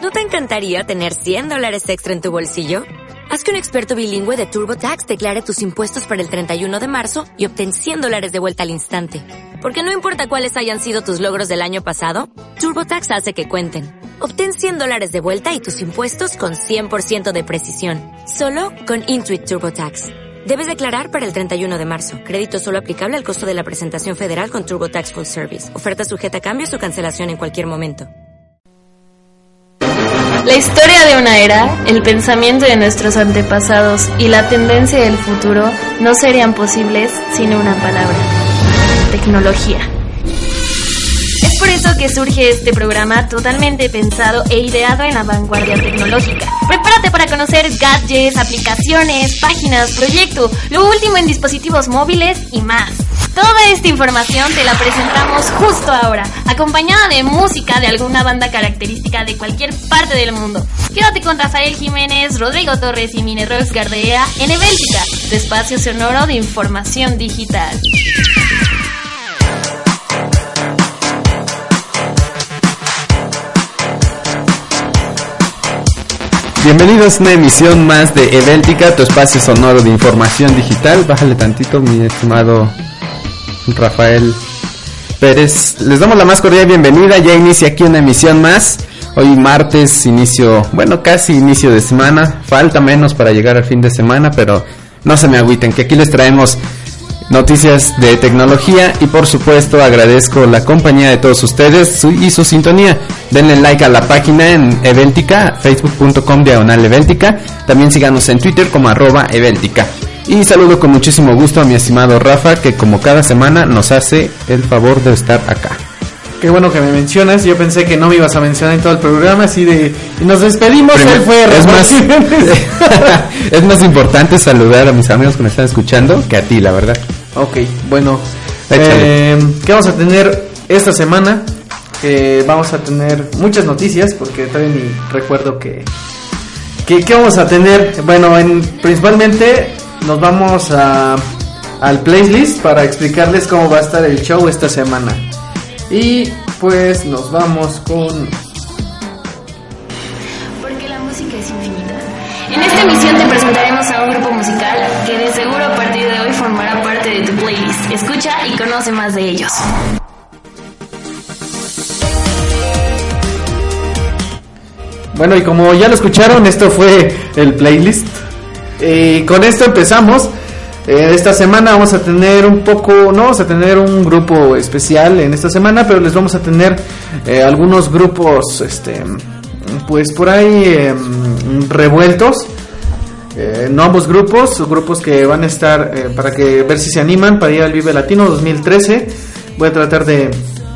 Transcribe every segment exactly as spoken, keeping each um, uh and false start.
¿No te encantaría tener cien dólares extra en tu bolsillo? Haz que un experto bilingüe de TurboTax declare tus impuestos para el treinta y uno de marzo y obtén cien dólares de vuelta al instante. Porque no importa cuáles hayan sido tus logros del año pasado, TurboTax hace que cuenten. Obtén cien dólares de vuelta y tus impuestos con cien por ciento de precisión. Solo con Intuit TurboTax. Debes declarar para el treinta y uno de marzo. Crédito solo aplicable al costo de la presentación federal con TurboTax Full Service. Oferta sujeta a cambios o cancelación en cualquier momento. La historia de una era, el pensamiento de nuestros antepasados y la tendencia del futuro no serían posibles sin una palabra: tecnología. Es por eso que surge este programa totalmente pensado e ideado en la vanguardia tecnológica. Prepárate para conocer gadgets, aplicaciones, páginas, proyectos, lo último en dispositivos móviles y más. Toda esta información te la presentamos justo ahora, acompañada de música de alguna banda característica de cualquier parte del mundo. Quédate con Rafael Jiménez, Rodrigo Torres y Minerox Gardea en Ebéltica, tu espacio sonoro de información digital. Bienvenidos a una emisión más de Ebéltica, tu espacio sonoro de información digital. Bájale tantito, mi estimado Rafael Pérez. Les damos la más cordial bienvenida. Ya inicia aquí una emisión más. Hoy martes, inicio, bueno, casi inicio de semana. Falta menos para llegar al fin de semana, pero no se me agüiten, que aquí les traemos noticias de tecnología y por supuesto agradezco la compañía de todos ustedes y su sintonía. Denle like a la página en Ebéltica, facebook punto com diagonal Ebéltica. También síganos en Twitter como arroba Ebéltica. Y saludo con muchísimo gusto a mi estimado Rafa, que como cada semana nos hace el favor de estar acá. Qué bueno que me mencionas, yo pensé que no me ibas a mencionar en todo el programa, así de... Y nos despedimos, Primer, él fue... Es más, es más importante saludar a mis amigos que me están escuchando que a ti, la verdad. Ok, bueno, eh, ¿qué vamos a tener esta semana? Eh, vamos a tener muchas noticias, porque todavía ni recuerdo que... que ¿Qué vamos a tener? Bueno, en, principalmente nos vamos a al playlist para explicarles cómo va a estar el show esta semana. Y pues nos vamos con... Porque la música es infinita. En esta emisión te presentaremos a un grupo musical que de seguro a partir de hoy formará parte de tu playlist. Escucha y conoce más de ellos. Bueno, y como ya lo escucharon, esto fue el playlist. Y con esto empezamos. Eh, esta semana vamos a tener un poco, no vamos a tener un grupo especial en esta semana, pero les vamos a tener eh, algunos grupos, este, pues por ahí eh, revueltos. Eh, no ambos grupos, grupos que van a estar eh, para que ver si se animan para ir al Vive Latino dos mil trece. Voy a tratar de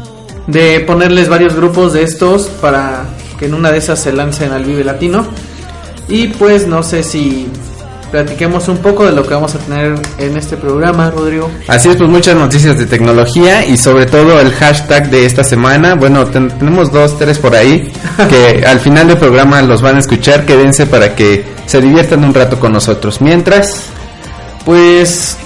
de ponerles varios grupos de estos para que en una de esas se lancen al Vive Latino. Y pues no sé si platiquemos un poco de lo que vamos a tener en este programa, Rodrigo. Así es, pues muchas noticias de tecnología y sobre todo el hashtag de esta semana. Bueno, ten, tenemos dos, tres por ahí que al final del programa los van a escuchar. Quédense para que se diviertan un rato con nosotros. Mientras, pues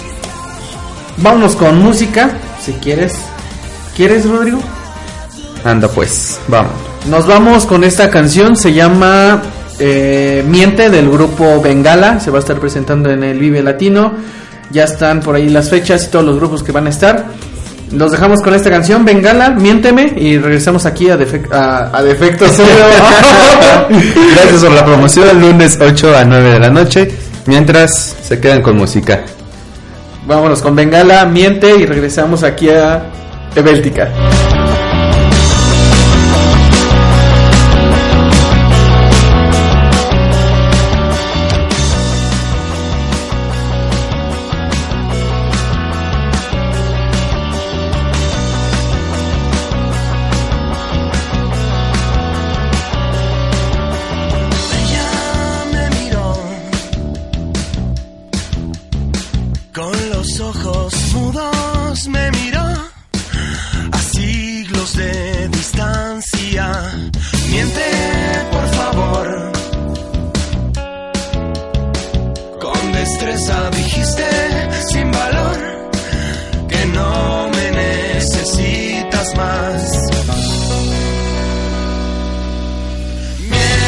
vámonos con música, si quieres. ¿Quieres, Rodrigo? Anda pues, vamos. Nos vamos con esta canción, se llama... Eh, Miente, del grupo Bengala. Se va a estar presentando en el Vive Latino. Ya están por ahí las fechas y todos los grupos que van a estar. Los dejamos con esta canción, Bengala, Miénteme. Y regresamos aquí a, defec- a, a Defecto Cero. Gracias por la promoción, el lunes ocho a nueve de la noche. Mientras se quedan con música. Vámonos con Bengala, Miente. Y regresamos aquí a Ebéltica. Miente.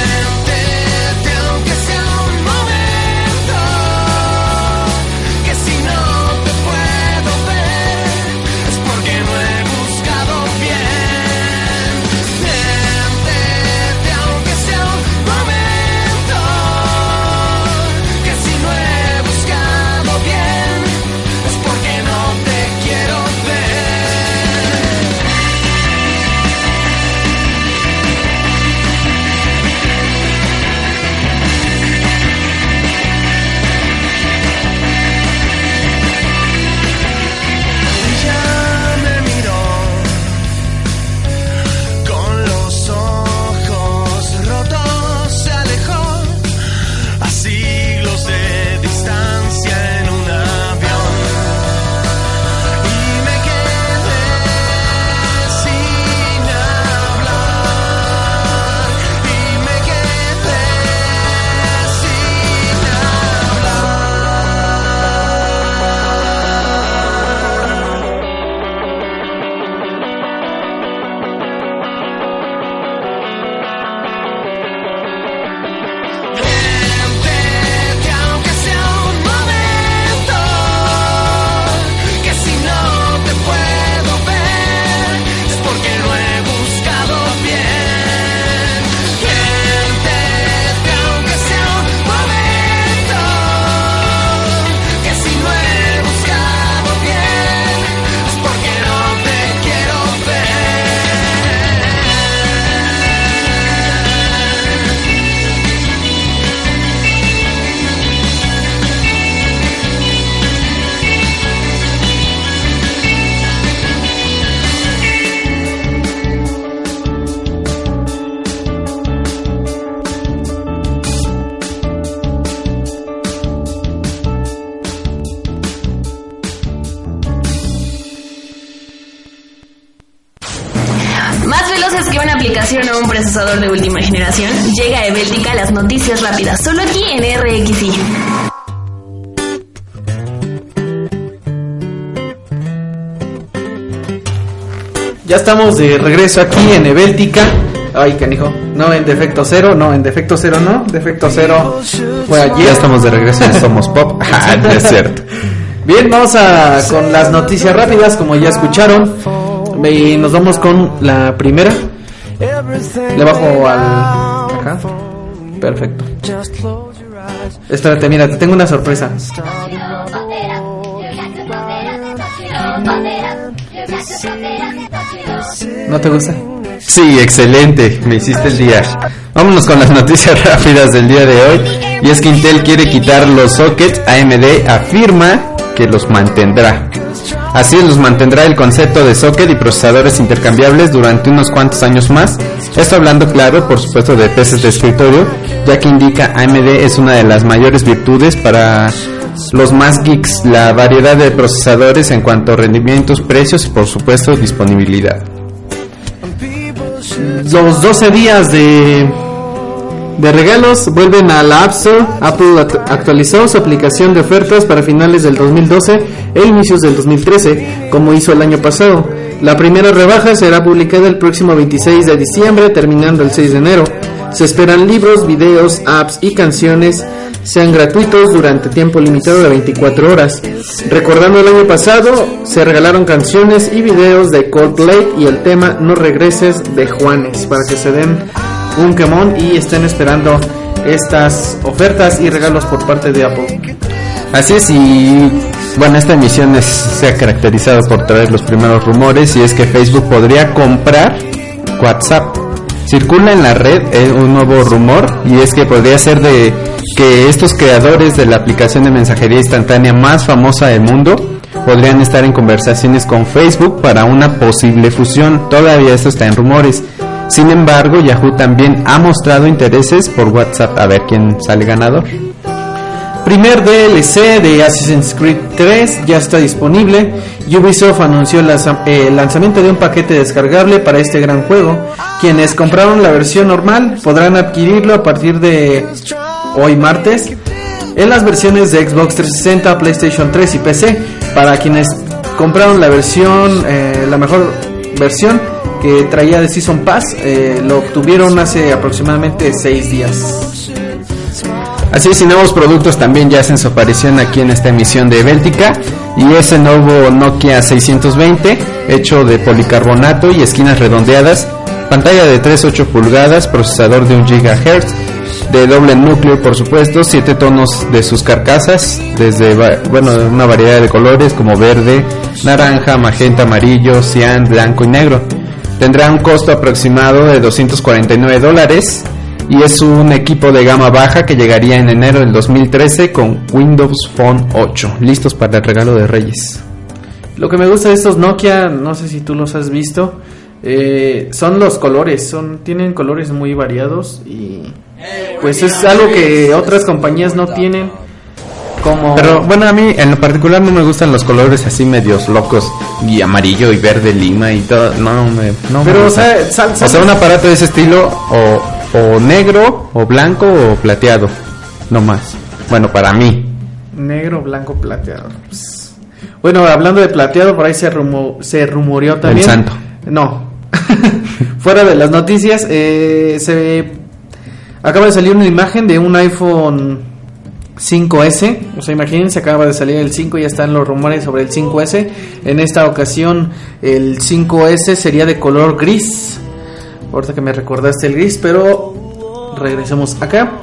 aplicación o un procesador de última generación, llega a Eveltica las noticias rápidas, solo aquí en R X I. Ya estamos de regreso aquí en Eveltica. Ay, canijo. No, en Defecto Cero, no, en Defecto Cero no. Defecto Cero fue ayer. Ya estamos de regreso en Somos Pop. Ah, no es cierto. Bien, vamos a con las noticias rápidas, como ya escucharon. Y nos vamos con la primera. Le bajo al... acá. Perfecto. Espérate, mira, te tengo una sorpresa. ¿No te gusta? Sí, excelente, me hiciste el día. Vámonos con las noticias rápidas del día de hoy. Y es que Intel quiere quitar los sockets. A M D afirma que los mantendrá. Así es, los mantendrá el concepto de socket y procesadores intercambiables durante unos cuantos años más. Esto hablando, claro, por supuesto, de P Cs de escritorio, ya que indica A M D es una de las mayores virtudes para los más geeks, la variedad de procesadores en cuanto a rendimientos, precios y por supuesto disponibilidad. Los doce días de, de regalos vuelven a la App Store. Apple actualizó su aplicación de ofertas para finales del dos mil doce e inicios del dos mil trece, como hizo el año pasado. La primera rebaja será publicada el próximo veintiséis de diciembre, terminando el seis de enero. Se esperan libros, videos, apps y canciones sean gratuitos durante tiempo limitado de veinticuatro horas. Recordando el año pasado, se regalaron canciones y videos de Coldplay y el tema No Regreses de Juanes, para que se den un quemón y estén esperando estas ofertas y regalos por parte de Apple. Así es, y bueno, esta emisión es, se ha caracterizado por traer los primeros rumores, y es que Facebook podría comprar WhatsApp. Circula en la red eh, un nuevo rumor, y es que podría ser de que estos creadores de la aplicación de mensajería instantánea más famosa del mundo podrían estar en conversaciones con Facebook para una posible fusión. Todavía esto está en rumores. Sin embargo, Yahoo también ha mostrado intereses por WhatsApp. A ver quién sale ganador. Primer D L C de Assassin's Creed tres ya está disponible. Ubisoft anunció el lanzamiento de un paquete descargable para este gran juego. Quienes compraron la versión normal podrán adquirirlo a partir de hoy martes en las versiones de Xbox trescientos sesenta, PlayStation tres y P C. Para quienes compraron la versión, eh, la mejor versión que traía de Season Pass, eh, lo obtuvieron hace aproximadamente seis días. Así es, y nuevos productos también ya hacen su aparición aquí en esta emisión de Eveltica, y ese nuevo Nokia seiscientos veinte, hecho de policarbonato y esquinas redondeadas, pantalla de tres punto ocho pulgadas, procesador de un gigahertz, de doble núcleo por supuesto, siete tonos de sus carcasas, desde bueno una variedad de colores como verde, naranja, magenta, amarillo, cian, blanco y negro. Tendrá un costo aproximado de doscientos cuarenta y nueve dólares, y es un equipo de gama baja que llegaría en enero del dos mil trece con Windows Phone ocho, listos para el regalo de Reyes. Lo que me gusta de estos Nokia, no sé si tú los has visto, eh, son los colores, son tienen colores muy variados y pues es algo que otras compañías no tienen. Como... Pero bueno, a mí en lo particular no me gustan los colores así medios locos, y amarillo y verde lima y todo, no me no Pero me o sea, sal, sal, o sea, un aparato de ese estilo o o negro o blanco o plateado, no más. Bueno, para mí. Negro, blanco, plateado. Pues, bueno, hablando de plateado, por ahí se rumo, se rumoreó también. El santo. No. Fuera de las noticias, eh, se acaba de salir una imagen de un iPhone cinco ese. O sea, imagínense, acaba de salir el cinco, ya están los rumores sobre el cinco ese. En esta ocasión, el cinco ese sería de color gris. Ahorita que me recordaste el gris, pero regresemos acá.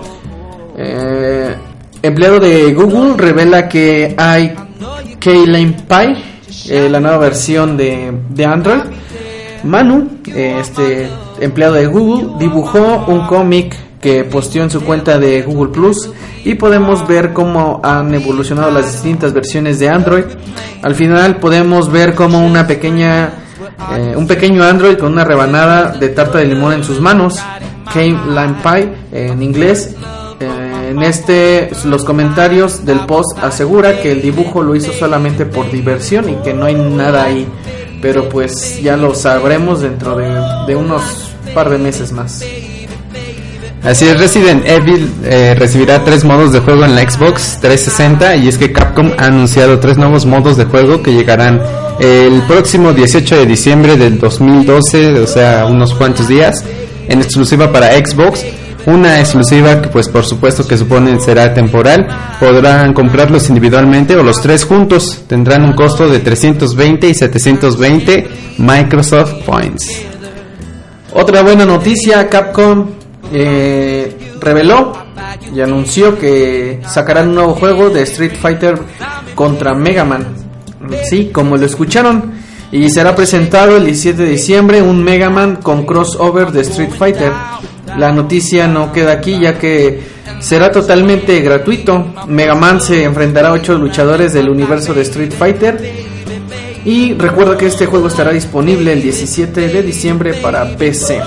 Eh, empleado de Google revela que hay Keyline Pie, eh, la nueva versión de, de Android. Manu, eh, este empleado de Google, dibujó un cómic que posteó en su cuenta de Google Plus, y podemos ver cómo han evolucionado las distintas versiones de Android. Al final podemos ver como una pequeña Eh, un pequeño Android con una rebanada de tarta de limón en sus manos, Key Lime Pie eh, en inglés. Eh, en este, los comentarios del post asegura que el dibujo lo hizo solamente por diversión y que no hay nada ahí, pero pues ya lo sabremos dentro de, de unos par de meses más. Así es, Resident Evil eh, recibirá tres modos de juego en la Xbox trescientos sesenta, y es que Capcom ha anunciado tres nuevos modos de juego que llegarán el próximo dieciocho de diciembre del dos mil doce, o sea, unos cuantos días, en exclusiva para Xbox. Una exclusiva que pues por supuesto que suponen será temporal. Podrán comprarlos individualmente o los tres juntos. Tendrán un costo de trescientos veinte y setecientos veinte Microsoft Points. Otra buena noticia, Capcom eh, reveló y anunció que sacarán un nuevo juego de Street Fighter contra Mega Man. Sí, como lo escucharon. Y será presentado el diecisiete de diciembre un Mega Man con crossover de Street Fighter. La noticia no queda aquí, ya que será totalmente gratuito. Mega Man se enfrentará a ocho luchadores del universo de Street Fighter. Y recuerda que este juego estará disponible el diecisiete de diciembre para P C.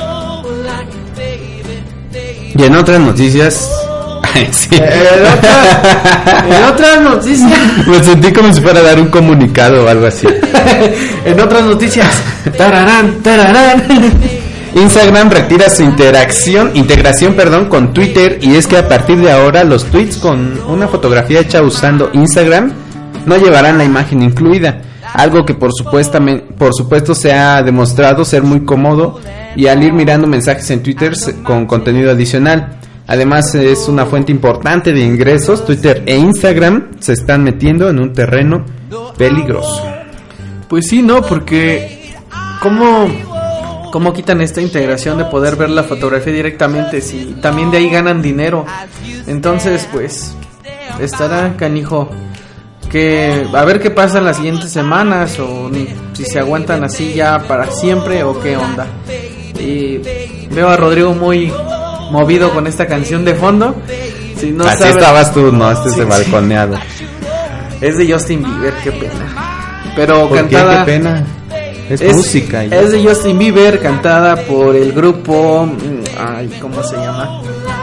Y en otras noticias... Ay, sí. En otras, en otras noticias... Me sentí como si fuera a dar un comunicado o algo así. En otras noticias... Tararán, tararán. Instagram retira su interacción, integración perdón, con Twitter, y es que a partir de ahora los tweets con una fotografía hecha usando Instagram no llevarán la imagen incluida, algo que por, por supuesto se ha demostrado ser muy cómodo, y al ir mirando mensajes en Twitter con contenido adicional. Además es una fuente importante de ingresos. Twitter e Instagram se están metiendo en un terreno peligroso. Pues sí, ¿no? Porque ¿cómo, cómo quitan esta integración de poder ver la fotografía directamente si también de ahí ganan dinero? Entonces pues estará canijo, que a ver qué pasa en las siguientes semanas, o si se aguantan así ya para siempre o qué onda. Y veo a Rodrigo muy movido con esta canción de fondo. Si no así sabes, estabas tú, no, este sí, es balconeado. Sí. Es de Justin Bieber, qué pena. Pero ¿por cantada. qué? ¿Qué pena? Es, es música. Es de Justin Bieber, cantada por el grupo. Ay, ¿cómo se llama?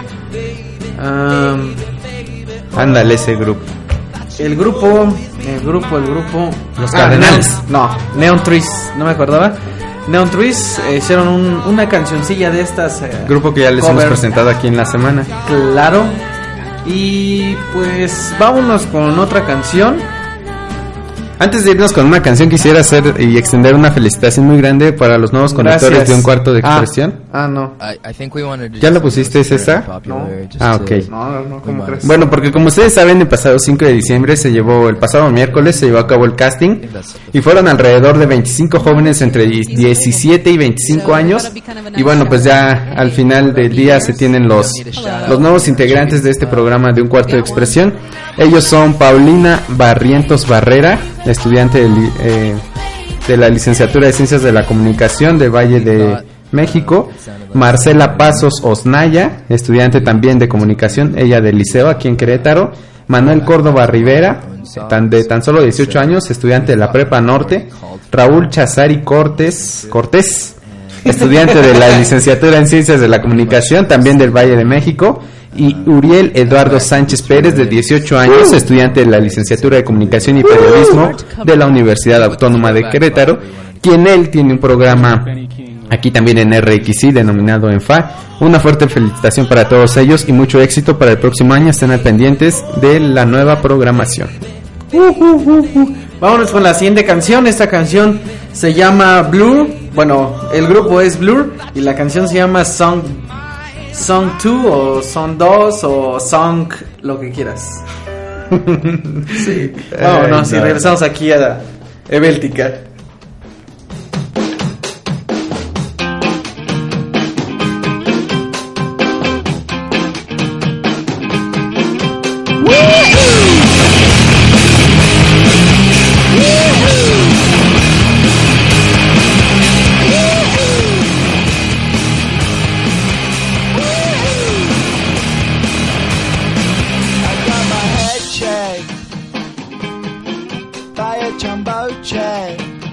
Um, Ándale, ese grupo. El grupo, el grupo, el grupo. Los Cardenales. Ah, Neon, no, Neon Trees, no me acordaba. Neon Trees eh, hicieron un, una cancioncilla de estas. Eh, grupo que ya les cover. hemos presentado aquí en la semana. Claro. Y pues vámonos con otra canción. Antes de irnos con una canción, quisiera hacer y extender una felicitación muy grande para los nuevos conectores Gracias. de un cuarto de expresión. Ah, ah no. ¿Ya lo pusiste, César? No. Ah, ok. No, no, no, ¿cómo crees? Bueno, porque como ustedes saben, el pasado cinco de diciembre se llevó, el pasado miércoles se llevó a cabo el casting, y fueron alrededor de veinticinco jóvenes entre diecisiete y veinticinco años, y bueno, pues ya al final del día se tienen los, los nuevos integrantes de este programa de un cuarto de expresión. Ellos son Paulina Barrientos Barrera, estudiante de, eh, de la licenciatura de Ciencias de la Comunicación de Valle de México. Marcela Pasos Osnaya, estudiante también de Comunicación, ella del Liceo aquí en Querétaro. Manuel Córdoba Rivera, tan, de tan solo dieciocho años, estudiante de la Prepa Norte. Raúl Chazari Cortés, Cortés, estudiante de la licenciatura en Ciencias de la Comunicación, también del Valle de México. Y Uriel Eduardo Sánchez Pérez, de dieciocho años, estudiante de la licenciatura de Comunicación y Periodismo de la Universidad Autónoma de Querétaro, quien él tiene un programa aquí también en R X I denominado E N F A. Una fuerte felicitación para todos ellos y mucho éxito para el próximo año. Estén al pendientes de la nueva programación. Uh, uh, uh, uh. Vámonos con la siguiente canción. Esta canción se llama Blur. Bueno, el grupo es Blur y la canción se llama Song Song dos o Song dos o Song lo que quieras. Sí. Vámonos, y regresamos aquí a la Ebéltica. Jumbo jet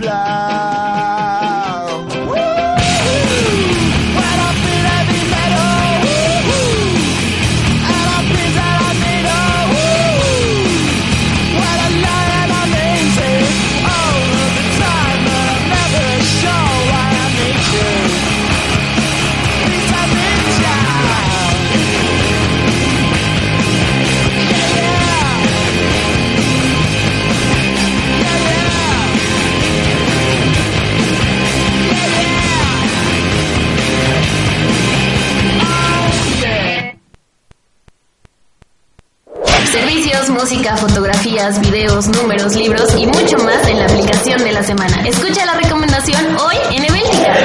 Música, fotografías, videos, números, libros y mucho más en la aplicación de la semana. Escucha la recomendación hoy en Eveltica.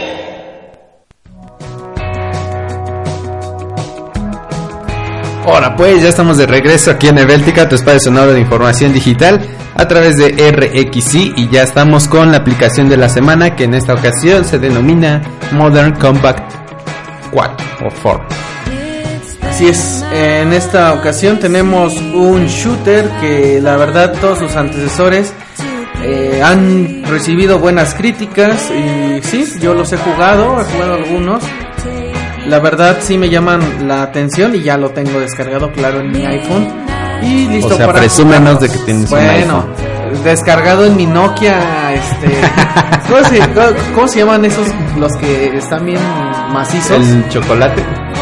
Ahora pues, ya estamos de regreso aquí en Eveltica, tu espacio sonoro de información digital a través de R X I, y ya estamos con la aplicación de la semana, que en esta ocasión se denomina Modern Combat cuatro o cuatro. Así es, en esta ocasión tenemos un shooter que la verdad todos sus antecesores eh, han recibido buenas críticas, y sí, yo los he jugado, he jugado algunos. La verdad sí me llaman la atención y ya lo tengo descargado, claro, en mi iPhone y listo. O sea, para presúmenos jugarlos. de que tienes bueno, un iPhone. Descargado en mi Nokia, este, ¿cómo se, cómo, cómo se llaman esos los que están bien macizos? El chocolate.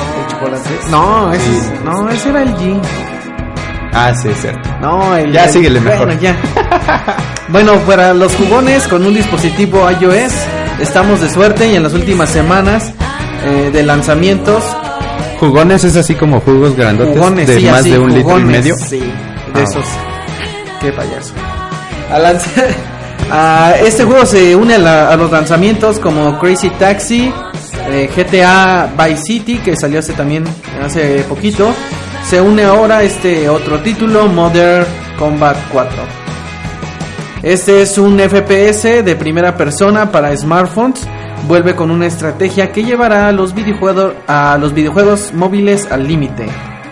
No, ese, sí. es, no, ese era el G. Ah, sí, es cierto. No, el, ya el, síguele mejor. Bueno, ya. Bueno, para los jugones con un dispositivo iOS, estamos de suerte, y en las últimas semanas eh, de lanzamientos. ¿Jugones es así como jugos grandotes Jugones, de sí, más así, de un jugones, litro y medio? Sí, de ah, esos. Qué payaso. A lanzar, a este juego se une a, la, a los lanzamientos como Crazy Taxi, eh, G T A Vice City, que salió hace también hace poquito. Se une ahora este otro título, Modern Combat cuatro. Este es un F P S de primera persona para smartphones. Vuelve con una estrategia que llevará a los videojuegos, a los videojuegos móviles al límite.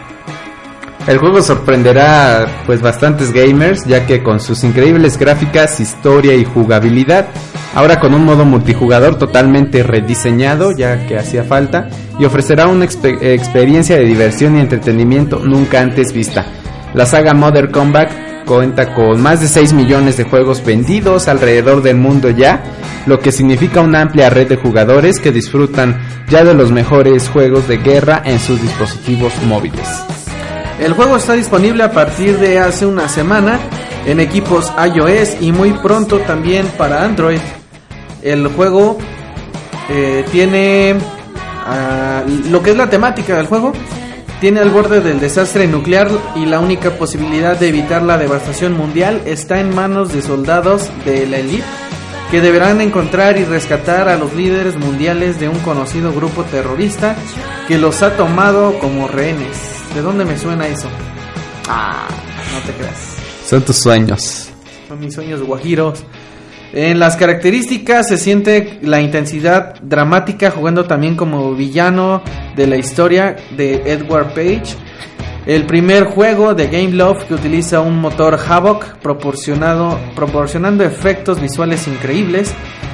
El juego sorprenderá pues bastantes gamers, ya que con sus increíbles gráficas, historia y jugabilidad, ahora con un modo multijugador totalmente rediseñado, ya que hacía falta, y ofrecerá una exper- experiencia de diversión y entretenimiento nunca antes vista. La saga Modern Combat cuenta con más de seis millones de juegos vendidos alrededor del mundo ya, lo que significa una amplia red de jugadores que disfrutan ya de los mejores juegos de guerra en sus dispositivos móviles. El juego está disponible a partir de hace una semana en equipos iOS y muy pronto también para Android. El juego eh, tiene uh, lo que es la temática del juego. Tiene al borde del desastre nuclear y la única posibilidad de evitar la devastación mundial está en manos de soldados de la élite, que deberán encontrar y rescatar a los líderes mundiales de un conocido grupo terrorista que los ha tomado como rehenes. ¿De dónde me suena eso? Ah, no te creas. Son tus sueños. Son mis sueños guajiros. En las características se siente la intensidad dramática, jugando también como villano de la historia de Edward Page. El primer juego de Game Love que utiliza un motor Havoc proporcionado, proporcionando efectos visuales increíbles.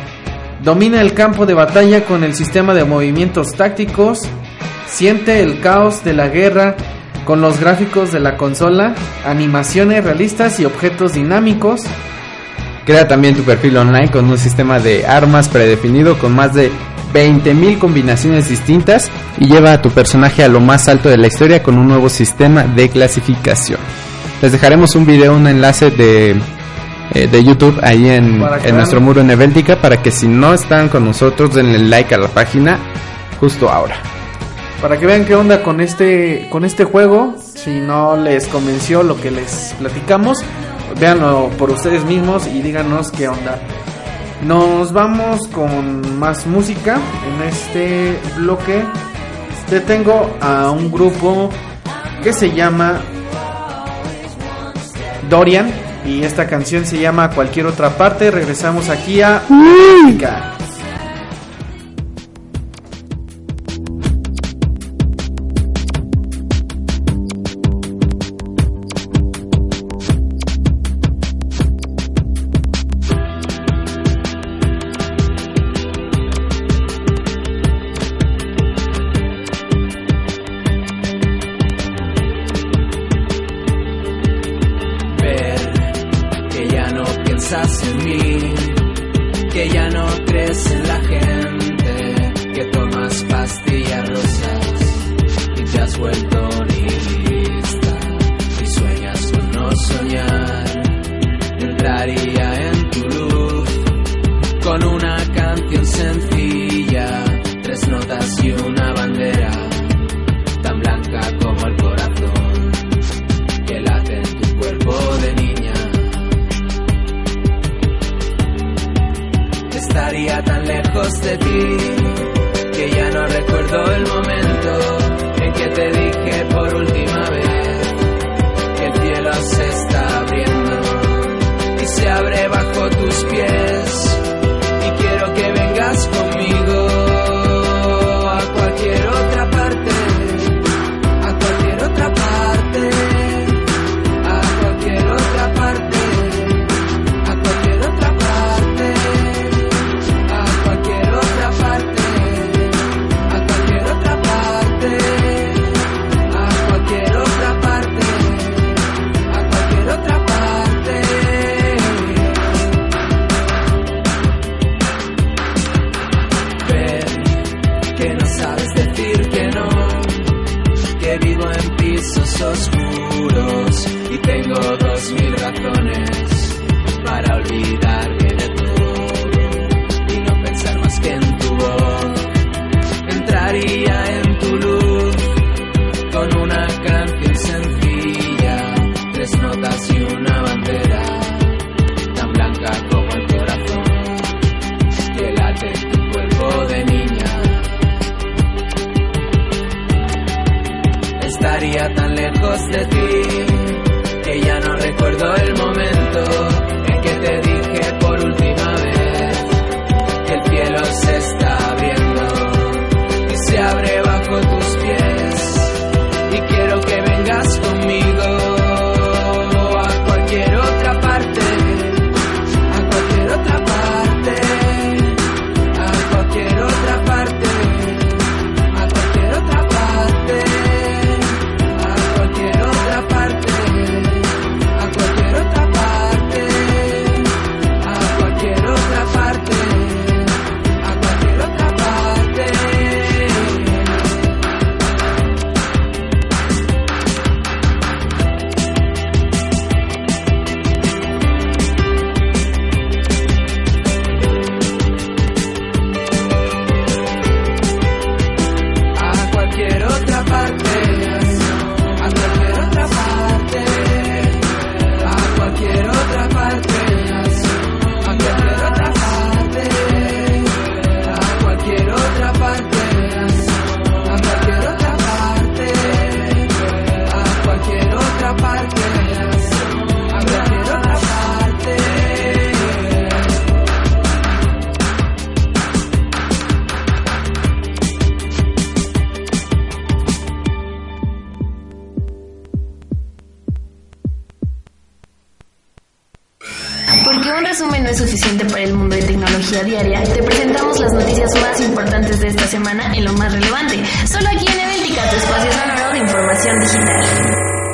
Domina el campo de batalla con el sistema de movimientos tácticos. Siente el caos de la guerra con los gráficos de la consola, animaciones realistas y objetos dinámicos. Crea también tu perfil online con un sistema de armas predefinido con más de veinte mil combinaciones distintas y lleva a tu personaje a lo más alto de la historia con un nuevo sistema de clasificación. Les dejaremos un video, un enlace de, eh, de YouTube ahí en, en nuestro muro en Eveltica, para que si no están con nosotros denle like a la página justo ahora. Para que vean qué onda con este, con este juego. Si no les convenció lo que les platicamos, véanlo por ustedes mismos y díganos qué onda. Nos vamos con más música. En este bloque te tengo a un grupo que se llama Dorian y esta canción se llama Cualquier Otra Parte. Regresamos aquí a música. que no sabes decir que no, que vivo en pisos oscuros y tengo dos mil razones para olvidarme de todo y no pensar más que en tu voz. Entraría en tu luz con una canción sencilla, tres notas y una bandera tan blanca como el corazón que late en tu cuerpo de niña. Estaría tan lejos de ti que ya no recuerdo el momento en que te dije por última vez que el cielo se está abriendo y se abre bajo tus pies, y quiero que vengas conmigo a cualquier otra parte, a cualquier otra parte, a cualquier otra parte, a cualquier otra parte, a cualquier otra parte, a cualquier otra parte, a cualquier otra parte, a cualquier otra parte. A cualquier otra parte, a cualquier otra parte, a cualquier otra parte, a cualquier otra parte, a cualquier otra parte, a cualquier otra parte, a cualquier otra parte, a cualquier otra parte. Porque un resumen no es suficiente para el mundo de tecnología diaria, te presentamos las noticias más importantes de esta semana en lo más relevante, solo aquí en Eveltica, tu espacio sonoro de información digital.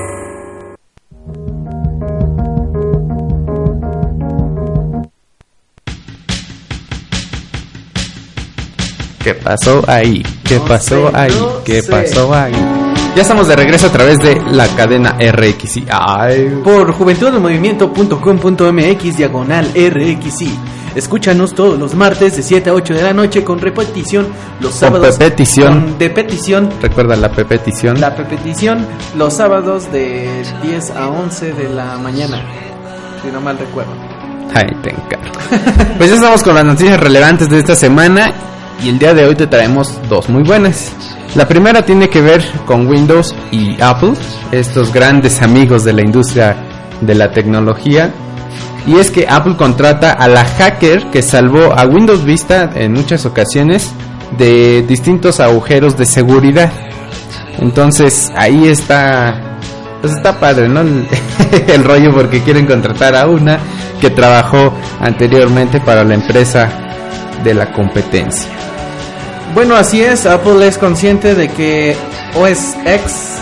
¿Qué pasó ahí? ¿Qué No pasó sé, ahí? no ¿Qué sé. pasó ahí? Ya estamos de regreso a través de la cadena R X I. Ay, Por juventudelmovimiento punto com punto m x diagonal R X I. Escúchanos todos los martes de siete a ocho de la noche con repetición los sábados. petición. con- de petición. recuerda la petición. La repetición los sábados de diez a once de la mañana. Si no mal recuerdo. Ay, te encargo. Pues ya estamos con las noticias relevantes de esta semana y el día de hoy te traemos dos muy buenas. La primera tiene que ver con Windows y Apple, estos grandes amigos de la industria de la tecnología. Y es que Apple contrata a la hacker que salvó a Windows Vista en muchas ocasiones de distintos agujeros de seguridad. Entonces ahí está, pues está padre, ¿no? El, el rollo, porque quieren contratar a una que trabajó anteriormente para la empresa de la competencia. Bueno, así es, Apple es consciente de que O S X,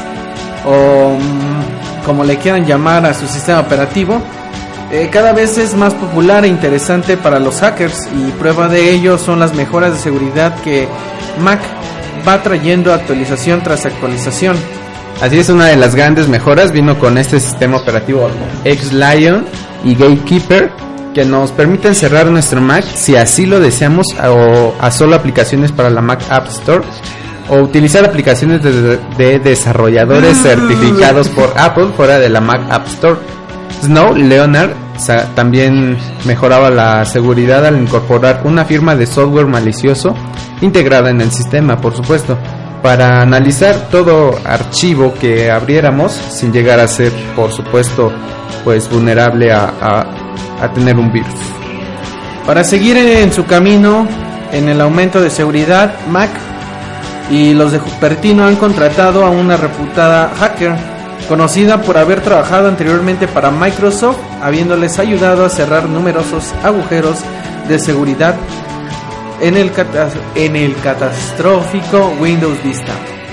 o mm, como le quieran llamar a su sistema operativo, eh, cada vez es más popular e interesante para los hackers, y prueba de ello son las mejoras de seguridad que Mac va trayendo actualización tras actualización. Así es, una de las grandes mejoras vino con este sistema operativo X-Lion y Gatekeeper, que nos permiten cerrar nuestro Mac si así lo deseamos, o a solo aplicaciones para la Mac App Store, o utilizar aplicaciones de, de desarrolladores certificados por Apple fuera de la Mac App Store. Snow Leonard sa- también mejoraba la seguridad al incorporar una firma de software malicioso integrada en el sistema, por supuesto, para analizar todo archivo que abriéramos sin llegar a ser, por supuesto, pues vulnerable a, a, a tener un virus. Para seguir en su camino en el aumento de seguridad, Mac y los de Cupertino han contratado a una reputada hacker conocida por haber trabajado anteriormente para Microsoft, habiéndoles ayudado a cerrar numerosos agujeros de seguridad en el, cata- en el catastrófico Windows Vista.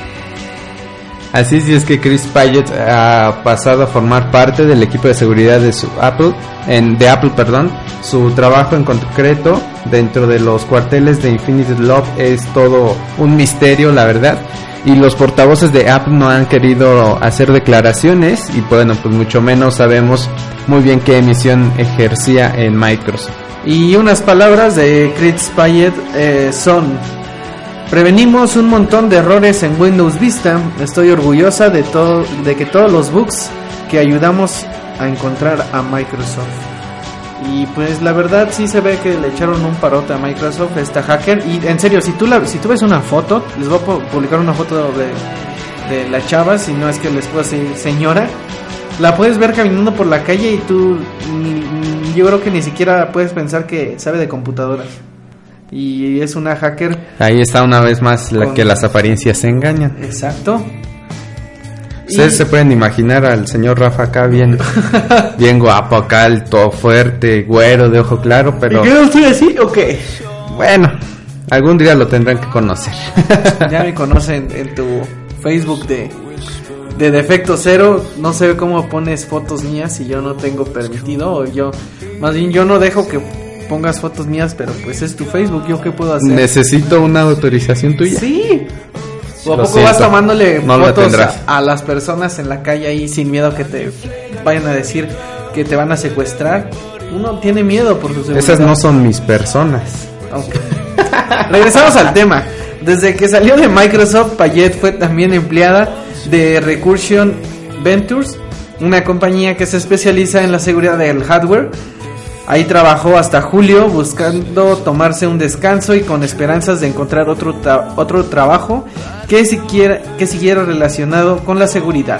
Así es, y es que Chris Payet ha pasado a formar parte del equipo de seguridad de su Apple, en, de Apple, perdón. Su trabajo en concreto dentro de los cuarteles de Infinite Love es todo un misterio, la verdad. Y los portavoces de Apple no han querido hacer declaraciones y bueno, pues mucho menos sabemos muy bien qué misión ejercía en Microsoft. Y unas palabras de Chris Payet eh, son: prevenimos un montón de errores en Windows Vista. Estoy orgullosa de todo, de que todos los bugs que ayudamos a encontrar a Microsoft. Y pues la verdad sí se ve que le echaron un parote a Microsoft, esta hacker. Y en serio, si tú la, si tú ves una foto, les voy a publicar una foto de, de la chava, si no es que les puedo decir señora. La puedes ver caminando por la calle y tú, ni, yo creo que ni siquiera puedes pensar que sabe de computadoras. Y es una hacker. Ahí está una vez más la con... que las apariencias se engañan. Exacto. Ustedes y... se pueden imaginar al señor Rafa acá bien, bien guapo acá, el todo fuerte, güero, de ojo claro, pero... ¿Y qué no estoy así o qué? Bueno, algún día lo tendrán que conocer. Ya me conocen en tu Facebook de... de defecto cero. No sé cómo pones fotos mías si yo no tengo permitido, o yo, más bien yo no dejo que pongas fotos mías, pero pues es tu Facebook, ¿yo qué puedo hacer? Necesito una autorización tuya. Sí. ¿O a Lo poco siento, vas tomándole no fotos a, a las personas en la calle ahí sin miedo que te vayan a decir que te van a secuestrar? Uno tiene miedo por su seguridad. Esas no son mis personas. Okay. Regresamos al tema. Desde que salió de Microsoft, Payet fue también empleada de Recursion Ventures, una compañía que se especializa en la seguridad del hardware. Ahí trabajó hasta julio, buscando tomarse un descanso y con esperanzas de encontrar otro tra- otro trabajo que siquiera, que siguiera relacionado con la seguridad.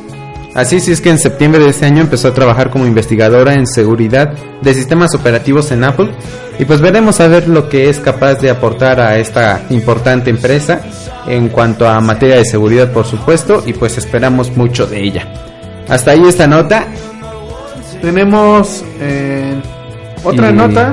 Así sí es que en septiembre de este año empezó a trabajar como investigadora en seguridad de sistemas operativos en Apple. Y pues veremos a ver lo que es capaz de aportar a esta importante empresa en cuanto a materia de seguridad, por supuesto, y pues esperamos mucho de ella. Hasta ahí esta nota. Tenemos eh, otra y... nota.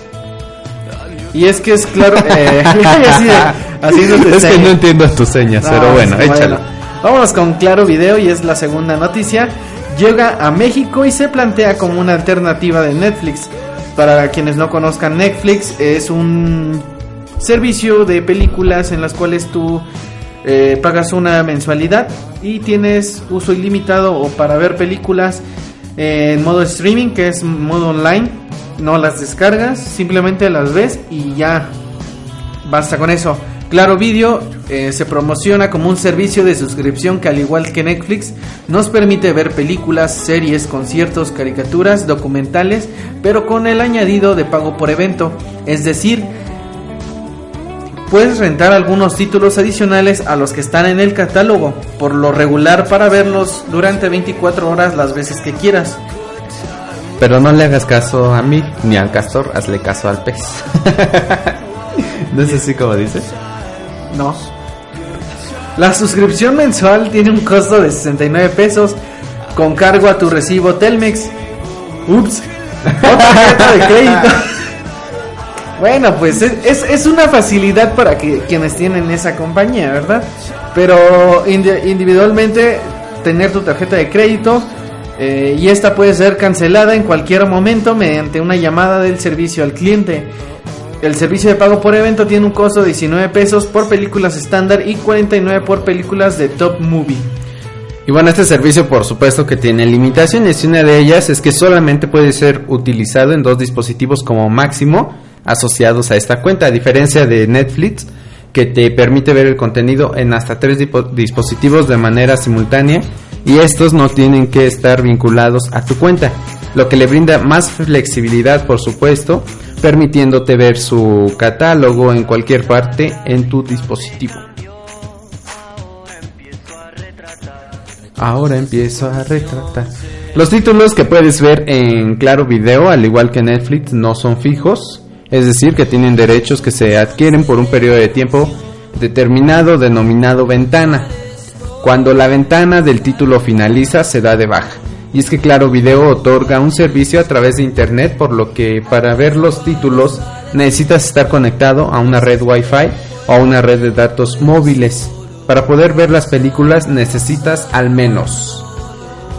Y es que es claro, eh, así de, así de es que no entiendo tus señas, no, pero bueno, bueno, échalo. Vámonos con Claro Video, y es la segunda noticia. Llega a México y se plantea como una alternativa de Netflix. Para quienes no conozcan, Netflix es un servicio de películas en las cuales tú eh, pagas una mensualidad y tienes uso ilimitado o para ver películas en modo streaming, que es modo online. No las descargas, simplemente las ves y ya basta con eso. Claro Video eh, se promociona como un servicio de suscripción que, al igual que Netflix, nos permite ver películas, series, conciertos, caricaturas, documentales, pero con el añadido de pago por evento. Es decir, puedes rentar algunos títulos adicionales a los que están en el catálogo, por lo regular, para verlos durante veinticuatro horas las veces que quieras. Pero no le hagas caso a mí ni al castor, hazle caso al pez. ¿No es así como dices? No. La suscripción mensual tiene un costo de sesenta y nueve pesos con cargo a tu recibo Telmex. Ups. O tarjeta de crédito. Bueno, pues es, es, es una facilidad para que quienes tienen esa compañía, ¿verdad? Pero indi- individualmente tener tu tarjeta de crédito eh, y esta puede ser cancelada en cualquier momento mediante una llamada del servicio al cliente. El servicio de pago por evento tiene un costo de diecinueve pesos por películas estándar y cuarenta y nueve por películas de Top Movie. Y bueno, este servicio por supuesto que tiene limitaciones, y una de ellas es que solamente puede ser utilizado en dos dispositivos como máximo asociados a esta cuenta, a diferencia de Netflix, que te permite ver el contenido en hasta tres dipo- dispositivos de manera simultánea, y estos no tienen que estar vinculados a tu cuenta, lo que le brinda más flexibilidad, por supuesto, permitiéndote ver su catálogo en cualquier parte en tu dispositivo. Ahora empiezo a retratar. Los títulos que puedes ver en Claro Video, al igual que Netflix, no son fijos, es decir, que tienen derechos que se adquieren por un periodo de tiempo determinado denominado ventana. Cuando la ventana del título finaliza, se da de baja. Y es que Claro Video otorga un servicio a través de internet, por lo que para ver los títulos necesitas estar conectado a una red Wi-Fi o a una red de datos móviles. Para poder ver las películas necesitas al menos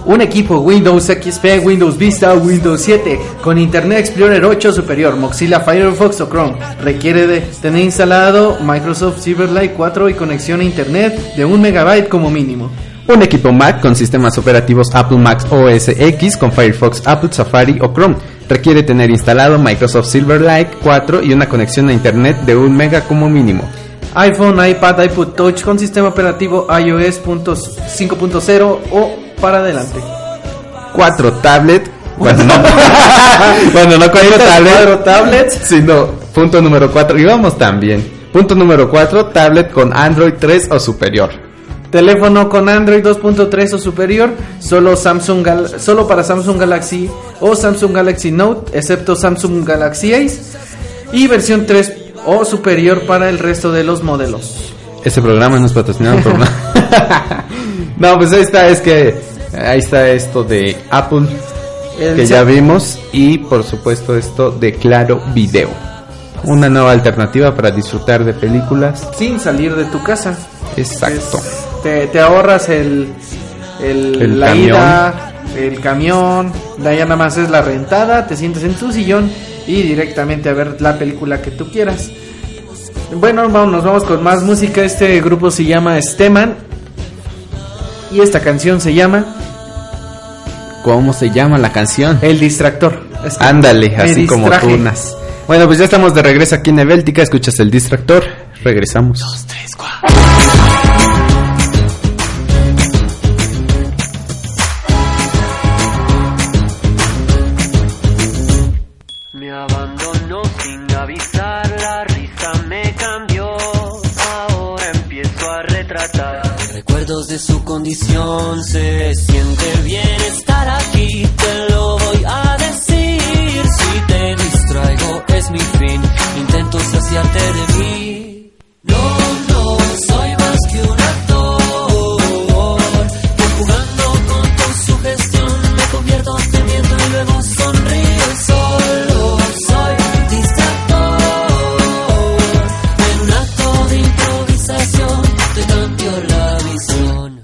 Un equipo Windows X P, Windows Vista, Windows siete con Internet Explorer ocho superior, Mozilla Firefox o Chrome. Requiere de tener instalado Microsoft Silverlight cuatro y conexión a Internet de un megabyte como mínimo. Un equipo Mac con sistemas operativos Apple Mac O S X con Firefox, Apple Safari o Chrome. Requiere tener instalado Microsoft Silverlight cuatro y una conexión a Internet de un mega como mínimo. iPhone, iPad, iPod Touch con sistema operativo iOS cinco punto cero o para adelante. Cuatro tablet. Bueno, no, bueno, no cuatro tablet, cuatro tablets, sino punto número cuatro. Y vamos también. Punto número cuatro, tablet con Android tres o superior. Teléfono con Android dos punto tres o superior, solo Samsung Gal- solo para Samsung Galaxy o Samsung Galaxy Note, excepto Samsung Galaxy Ace, y versión tres o superior para el resto de los modelos. Ese programa no es patrocinado por nada. No, pues ahí está, es que ahí está esto de Apple El que se- ya vimos, y por supuesto esto de Claro Video, una nueva alternativa para disfrutar de películas. Sin salir de tu casa. Exacto. Es- te, te ahorras el, el, El la camión. ida, el camión, de allá nada más es la rentada, te sientes en tu sillón y directamente a ver la película que tú quieras. Bueno, vamos, nos vamos con más música. Este grupo se llama Steman y esta canción se llama ¿Cómo se llama la canción? El Distractor. Es que Ándale, me así como distraje. tunas. Bueno, pues ya estamos de regreso aquí en Ebéltica. Escuchas El Distractor. Regresamos. Me abandonó sin avisar, la risa me cambió, ahora empiezo a retratar recuerdos de su condición. Se siente bien estar aquí, te lo voy a decir. Si te distraigo es mi fin, intento saciarte de mí. No, no, soy más que un actor, que jugando con tu sugestión me convierto temiendo y luego sonrío. Solo soy distractor, en un acto de improvisación te cambio la visión.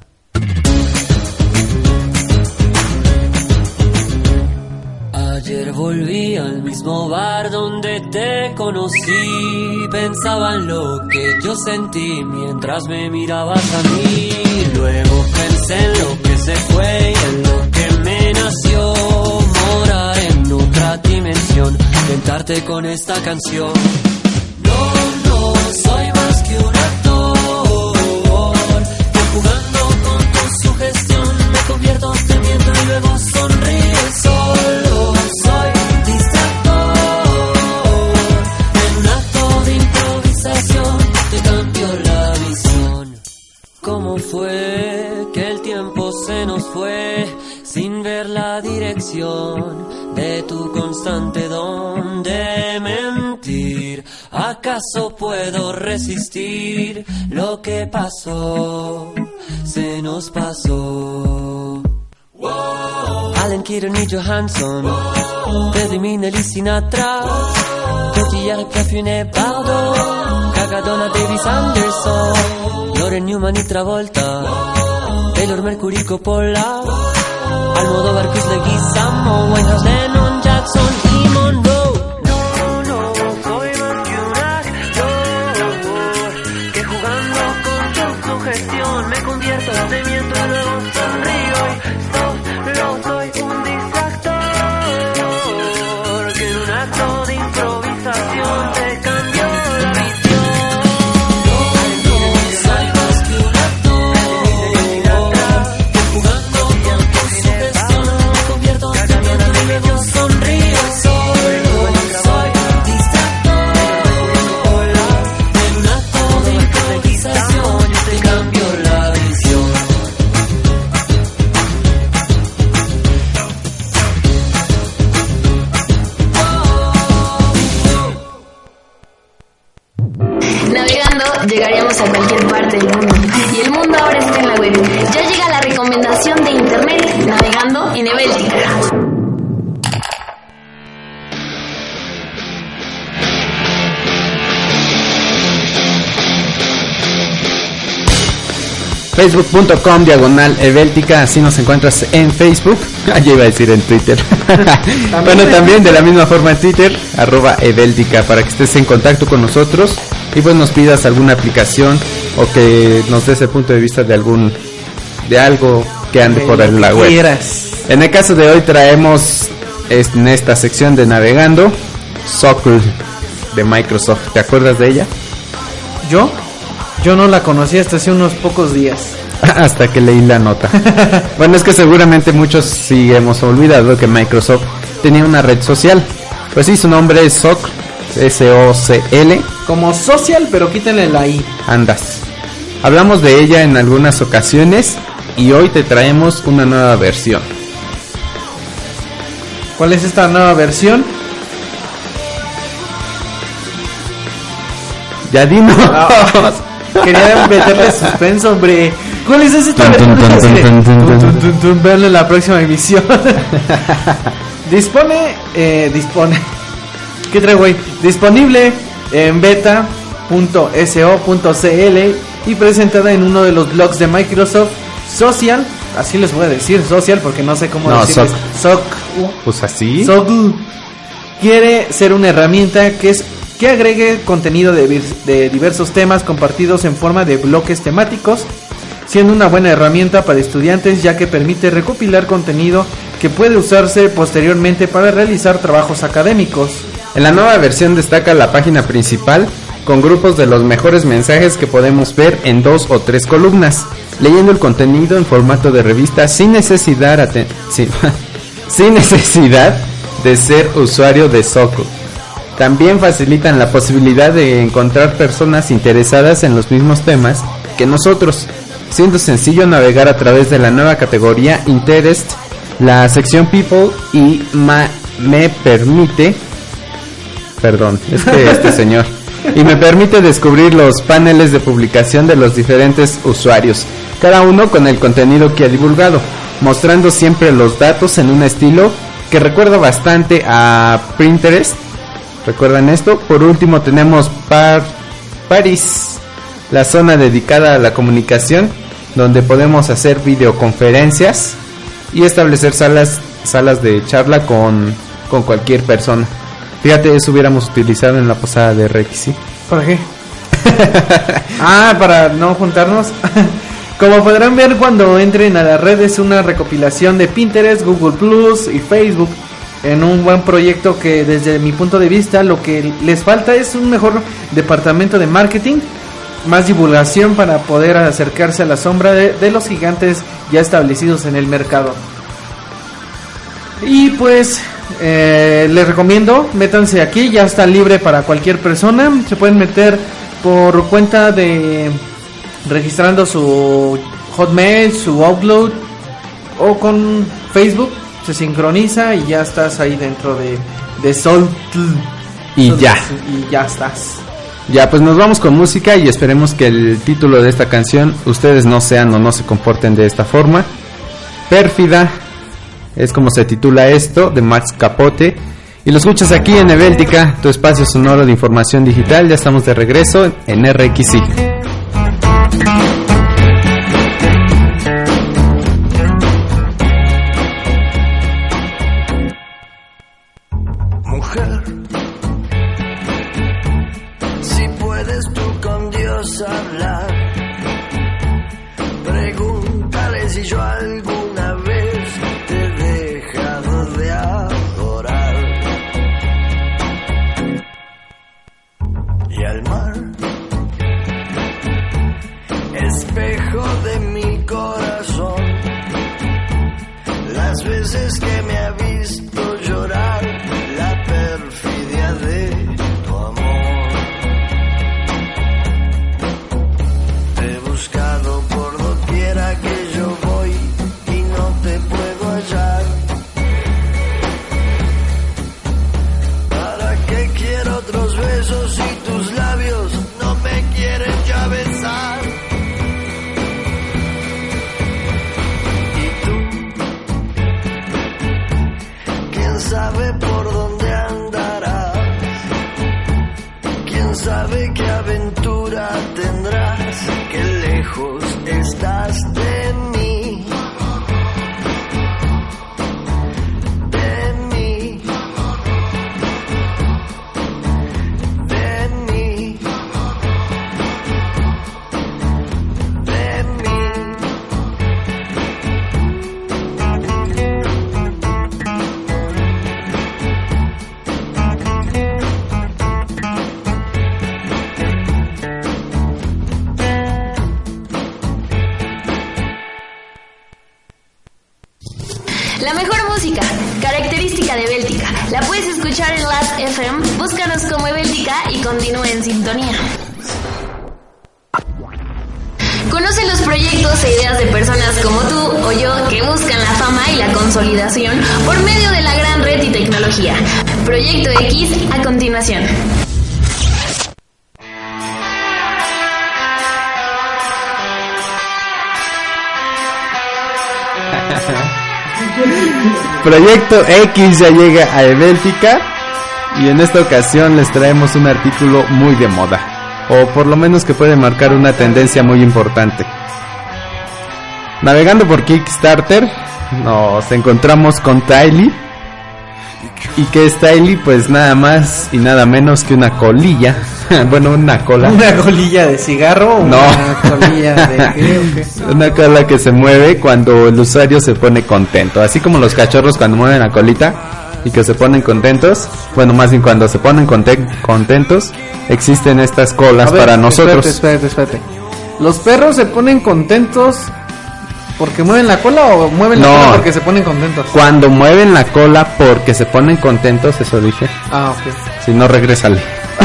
Ayer volví al mismo bar donde te conocí, pensaba en lo que yo sentí mientras me mirabas a mí. Luego pensé en lo que se fue y en lo que me nació, morar en otra dimensión, tentarte con esta canción. No, no, soy más que un actor, que jugando con tu sugestión me convierto temiendo y luego sonrío. Solo soy distractor, en un acto de improvisación te cambio la visión. ¿Cómo fue que el tiempo se nos fue sin ver la dirección de tu constante don de mentir? ¿Acaso puedo resistir lo que pasó? Se nos pasó. Allen Kidder y Johansson, Pedro Minelli, Sinatra, Petit Parfumé, Bardot, Cagadona, Davis, Anderson, Loren Newman y Travolta, Taylor, Mercury, Coppola, Almodóvar, Chris Leguizamo, Winehouse, Lennon, Jackson y Monroe. No, no, soy más que un actor, que jugando con tu sugestión me convierto temiendo y luego sonrío. Solo soy un distractor, que en un acto de improvisación te cambió la visión. No, no, soy más que un actor, que jugando con tu sugestión me convierto temiendo y luego sonrío. Solo soy distractor, en un acto de improvisación te cambio la visión. Navegando llegaríamos a cualquier parte del mundo. Y el mundo ahora está en la web. Ya llega la recomendación de internet navegando en Ebéltica. Facebook.com diagonal Eveltica, así nos encuentras en Facebook. Allí iba a decir en Twitter. Bueno, también de la misma forma en Twitter, arroba Eveltica, para que estés en contacto con nosotros y pues nos pidas alguna aplicación o que nos des el punto de vista de algún, de algo que ande por en la web. Quieras. En el caso de hoy traemos en esta sección de navegando Socle de Microsoft. ¿Te acuerdas de ella? ¿Yo? Yo no la conocí hasta hace unos pocos días. Hasta que leí la nota. Bueno, es que seguramente muchos sí hemos olvidado que Microsoft tenía una red social. Pues sí, su nombre es Socle, S O C L. Como social, pero quítenle la I. Andas. Hablamos de ella en algunas ocasiones y hoy te traemos una nueva versión. ¿Cuál es esta nueva versión? Ya dinos. Ah, quería meterle suspenso, hombre. ¿Cuál es esta versión? Verlo en la próxima emisión. Dispone, eh, dispone. ¿Qué traigo hoy? Disponible en beta punto S O punto C L y presentada en uno de los blogs de Microsoft Social. Así les voy a decir, Social, porque no sé cómo no, decirles. Soc. Pues así. Socle quiere ser una herramienta que es que agregue contenido de, de diversos temas compartidos en forma de bloques temáticos, siendo una buena herramienta para estudiantes ya que permite recopilar contenido que puede usarse posteriormente para realizar trabajos académicos. En la nueva versión destaca la página principal con grupos de los mejores mensajes que podemos ver en dos o tres columnas, leyendo el contenido en formato de revista sin necesidad, aten- sin, sin necesidad de ser usuario de Socle. También facilitan la posibilidad de encontrar personas interesadas en los mismos temas que nosotros, siendo sencillo navegar a través de la nueva categoría Interest, la sección People y ma- me permite, perdón, es que este señor, y me permite descubrir los paneles de publicación de los diferentes usuarios, cada uno con el contenido que ha divulgado, mostrando siempre los datos en un estilo que recuerda bastante a Pinterest. ¿Recuerdan esto? Por último tenemos Par Paris, la zona dedicada a la comunicación, donde podemos hacer videoconferencias y establecer salas salas de charla con, con cualquier persona. Fíjate, eso hubiéramos utilizado en la posada de Rex, ¿sí? ¿Para qué? Ah, para no juntarnos. Como podrán ver cuando entren a la red, es una recopilación de Pinterest, Google Plus y Facebook en un buen proyecto que desde mi punto de vista lo que les falta es un mejor departamento de marketing, más divulgación para poder acercarse a la sombra de, de los gigantes ya establecidos en el mercado. Y pues eh, les recomiendo, métanse aquí, ya está libre para cualquier persona, se pueden meter por cuenta de registrando su Hotmail, su Outlook o con Facebook, se sincroniza y ya estás ahí dentro de, de Socle. Y Entonces, ya. Y ya estás. Ya, pues nos vamos con música y esperemos que el título de esta canción ustedes no sean o no se comporten de esta forma. Pérfida es como se titula esto, de Max Capote. Y lo escuchas aquí en Eveltica, tu espacio sonoro de información digital. Ya estamos de regreso en R X I. Mujer, si puedes tú con Dios hablar, pregúntale si yo alguna vez te he dejado de adorar. Y al mar, espejo de mi corazón, las veces que me ha visto llorar, la perfidia de tu amor. Te he buscado por doquiera que yo voy y no te puedo hallar. ¿Para qué quiero otros besos si tus labios no me quieren ya besar? escuchar en Last F M, búscanos como Ebéltica y continúe en sintonía. Conoce los proyectos e ideas de personas como tú o yo que buscan la fama y la consolidación por medio de la gran red y tecnología. Proyecto X a continuación. Proyecto X ya llega a Ebéltica y en esta ocasión les traemos un artículo muy de moda, o por lo menos que puede marcar una tendencia muy importante. Navegando por Kickstarter nos encontramos con Tylee. ¿Y qué es Tylee? Pues nada más y nada menos que una colilla. Bueno, una cola. ¿Una colilla de cigarro o no. Una colilla de qué, o qué? Una cola que se mueve cuando el usuario se pone contento. Así como los cachorros cuando mueven la colita y que se ponen contentos. Bueno, más bien cuando se ponen conten- contentos, existen estas colas ver, para nosotros. Espérate, espérate, espérate. ¿Los perros se ponen contentos porque mueven la cola o mueven la No. cola porque se ponen contentos? Cuando mueven la cola porque se ponen contentos, eso dije. Ah, ok. Si no, regrésale.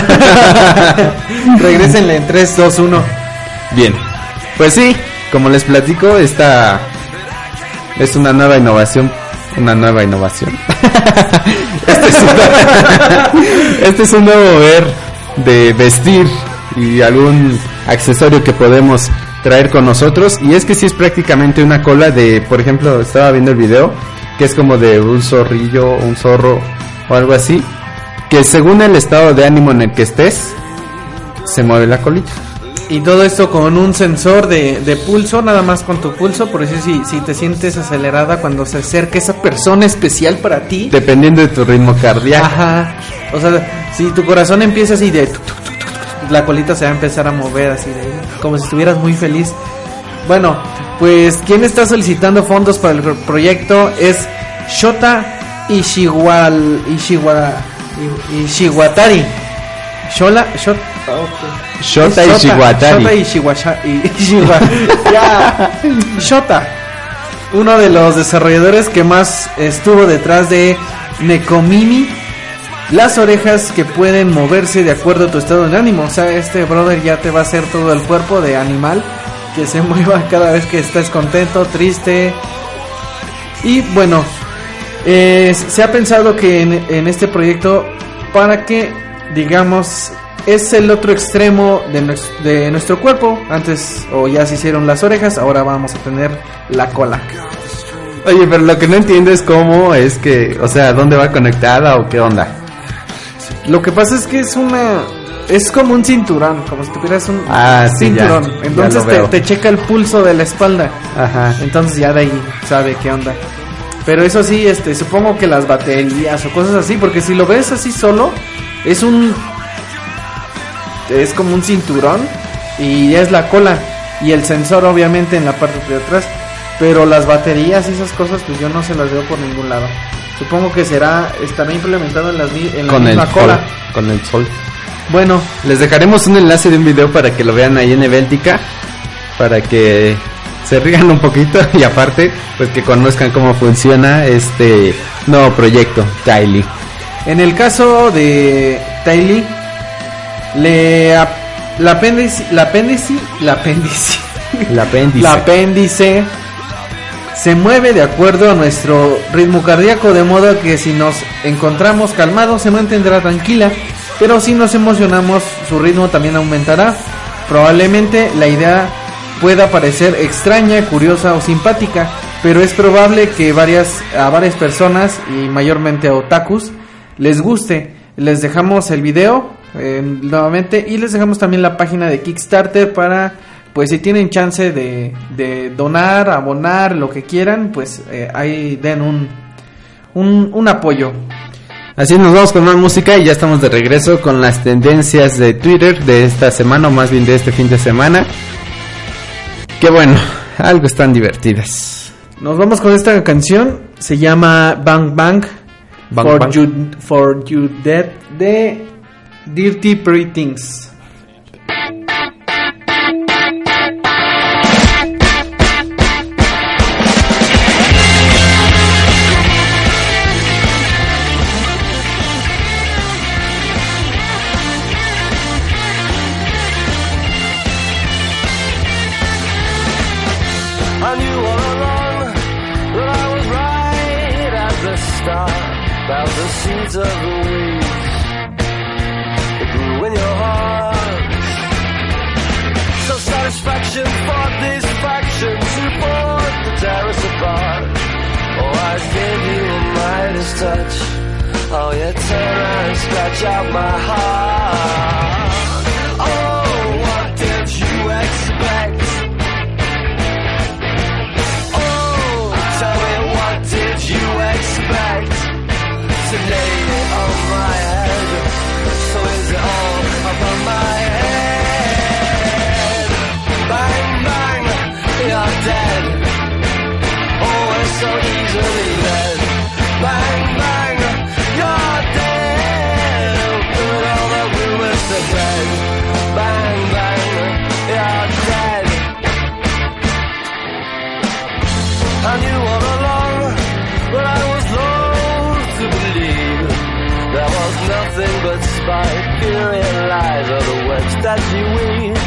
Regrésenle en tres, dos, uno. Bien, pues sí, como les platico, esta es una nueva innovación. Una nueva innovación. este, es una, este es un nuevo ver de vestir y algún accesorio que podemos traer con nosotros. Y es que sí es prácticamente una cola de, por ejemplo, estaba viendo el video, que es como de un zorrillo, un zorro o algo así, que según el estado de ánimo en el que estés, se mueve la colita. Y todo esto con un sensor de, de pulso, nada más con tu pulso, por eso si, si te sientes acelerada cuando se acerca esa persona especial para ti. Dependiendo de tu ritmo cardíaco. Ajá. O sea, si tu corazón empieza así de... tuc, tuc, tuc, tuc, tuc, la colita se va a empezar a mover así de... como si estuvieras muy feliz. Bueno, pues quien está solicitando fondos para el proyecto es Shota Ishiwal, Ishiwa, Ishiwatari. Shola, Shota, okay. Shota Ishiwatari. Shota Ishiwasha, Ishiwa, ya. Shota, uno de los desarrolladores que más estuvo detrás de Nekomimi, las orejas que pueden moverse de acuerdo a tu estado de ánimo. O sea, este brother ya te va a hacer todo el cuerpo de animal que se mueva cada vez que estés contento, triste. Y bueno, eh, se ha pensado que en, en este proyecto, para que, digamos, es el otro extremo de, nues- de nuestro cuerpo. Antes o ya se hicieron las orejas, ahora vamos a tener la cola. Oye, pero lo que no entiendo es cómo es que, o sea, ¿dónde va conectada o qué onda? Lo que pasa es que es una... es como un cinturón, como si tuvieras un Ah, sí, cinturón. ya, Entonces ya lo te, veo. te checa el pulso de la espalda. Ajá. Entonces ya de ahí sabe qué onda. Pero eso sí, este, supongo que las baterías o cosas así, porque si lo ves así solo, es un... es como un cinturón y es la cola y el sensor obviamente en la parte de atrás. Pero las baterías y esas cosas pues yo no se las veo por ningún lado. Supongo que será, estará implementado en, las, en la Con el misma cola. sol, con el sol. Bueno, Les dejaremos un enlace de un video para que lo vean ahí en Ebéltica, para que se rían un poquito y aparte, pues que conozcan cómo funciona este nuevo proyecto, Tylee. en el caso de Tylee, le ap- la apéndice, la apéndice, la apéndice, El apéndice. la apéndice se mueve de acuerdo a nuestro ritmo cardíaco, de modo que si nos encontramos calmados se mantendrá tranquila, pero si nos emocionamos su ritmo también aumentará. Probablemente la idea pueda parecer extraña, curiosa o simpática, pero es probable que varias a varias personas y mayormente a otakus les guste. Les dejamos el video eh, nuevamente y les dejamos también la página de Kickstarter para, pues si tienen chance de, de donar, abonar, lo que quieran, pues eh, ahí den un, un, un apoyo. Así nos vamos con más música y ya estamos de regreso con las tendencias de Twitter de esta semana, o más bien de este fin de semana. Que bueno, algo están divertidas. Nos vamos con esta canción, se llama Bang Bang, Bang for, Bang. You, for You Dead de Dirty Pretty Things. I knew all along that I was right at the start about the seeds of the weeds that grew in your heart. So satisfaction fought these factions who fought to tear us apart. Oh, I gave you a Midas touch. Oh, you turn around and scratch out my heart. Oh, what did you expect? Oh, tell me, what did you expect? To lay it on my head. So is it all up on my head? Bang, bang, you're dead. Oh, we're so easily led. Bang, bang, you're dead. Put all the rumors to bed. Bang, bang, you're dead. I knew all along that I was loath to believe there was nothing but spite, fury and lies are the webs that you weave.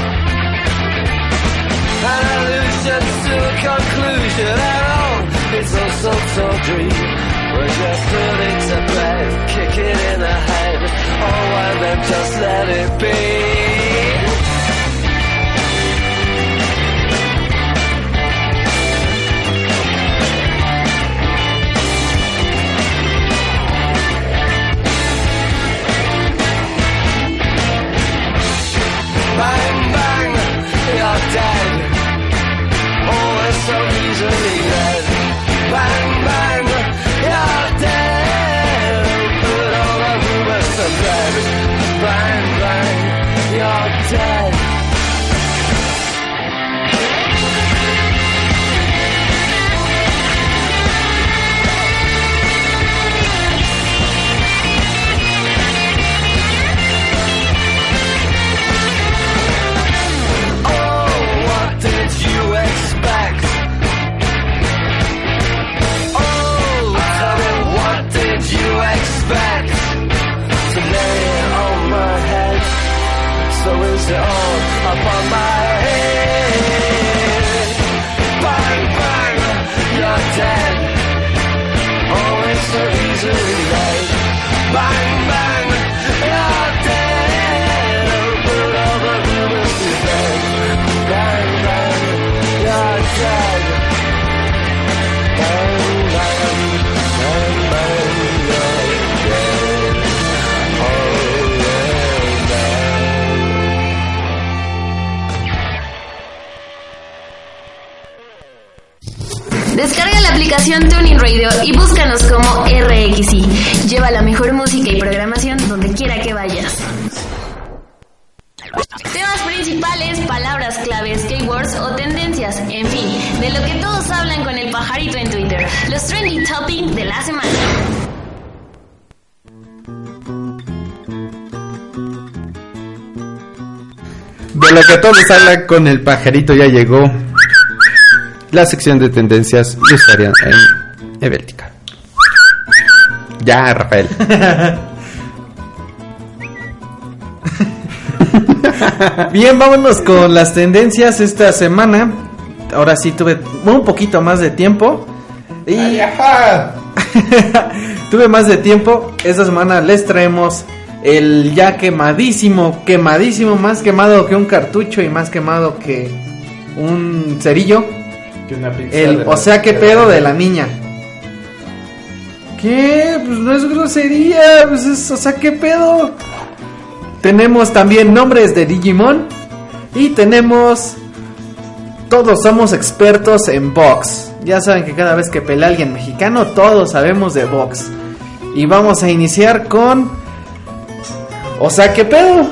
An illusion to a conclusion and all it's all so tawdry. We're just putting to bed, kick it in the head. Oh, and then just let it be. Bang, bang, you're dead. Oh, it's so easily led. Bang, bang, you're dead. Put all the rumors to bed. Bang, bang, you're dead. So is it all up on my head? Bang, bang, you're dead. Oh, it's so easily led. Bang, bang, you're dead. Put all the rumors to bed. Bang, bang, you're dead. Bang, bang, bang, bang, you're dead. Oh, Descarga la aplicación Tuning Radio y búscanos como R X I. Lleva la mejor música y programación donde quiera que vayas. Temas principales, palabras claves, keywords o tendencias, en fin, de lo que todos hablan con el pajarito en Twitter. Los trending topics de la semana. De lo que todos hablan con el pajarito ya llegó la sección de tendencias de historia en Ebéltica. Ya, Rafael. Bien, vámonos con las tendencias esta semana. Ahora sí tuve un poquito más de tiempo. Y Ay, ajá. tuve más de tiempo. Esta semana les traemos el ya quemadísimo, quemadísimo, más quemado que un cartucho y más quemado que un cerillo. Que una pizza El, de o la- sea, qué de pedo la- de la niña. ¿Qué? Pues no es grosería, pues es, o sea, qué pedo. Tenemos también nombres de Digimon y tenemos todos somos expertos en box. Ya saben que cada vez que pelea alguien mexicano todos sabemos de box. Y vamos a iniciar con o sea, qué pedo.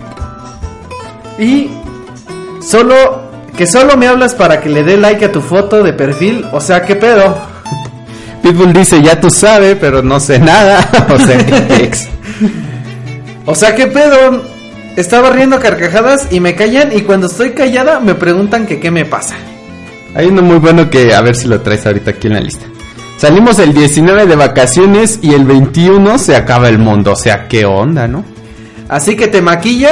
Y solo que solo me hablas para que le dé like a tu foto de perfil, o sea, qué pedo. Pitbull dice, ya tú sabes, pero no sé nada. O sea, que ex. O sea, qué pedo. Estaba riendo a carcajadas y me callan y cuando estoy callada me preguntan que qué me pasa. Hay uno muy bueno que a ver si lo traes ahorita aquí en la lista. Salimos el diecinueve de vacaciones y el veintiuno se acaba el mundo. O sea, qué onda, ¿no? Así que te maquillas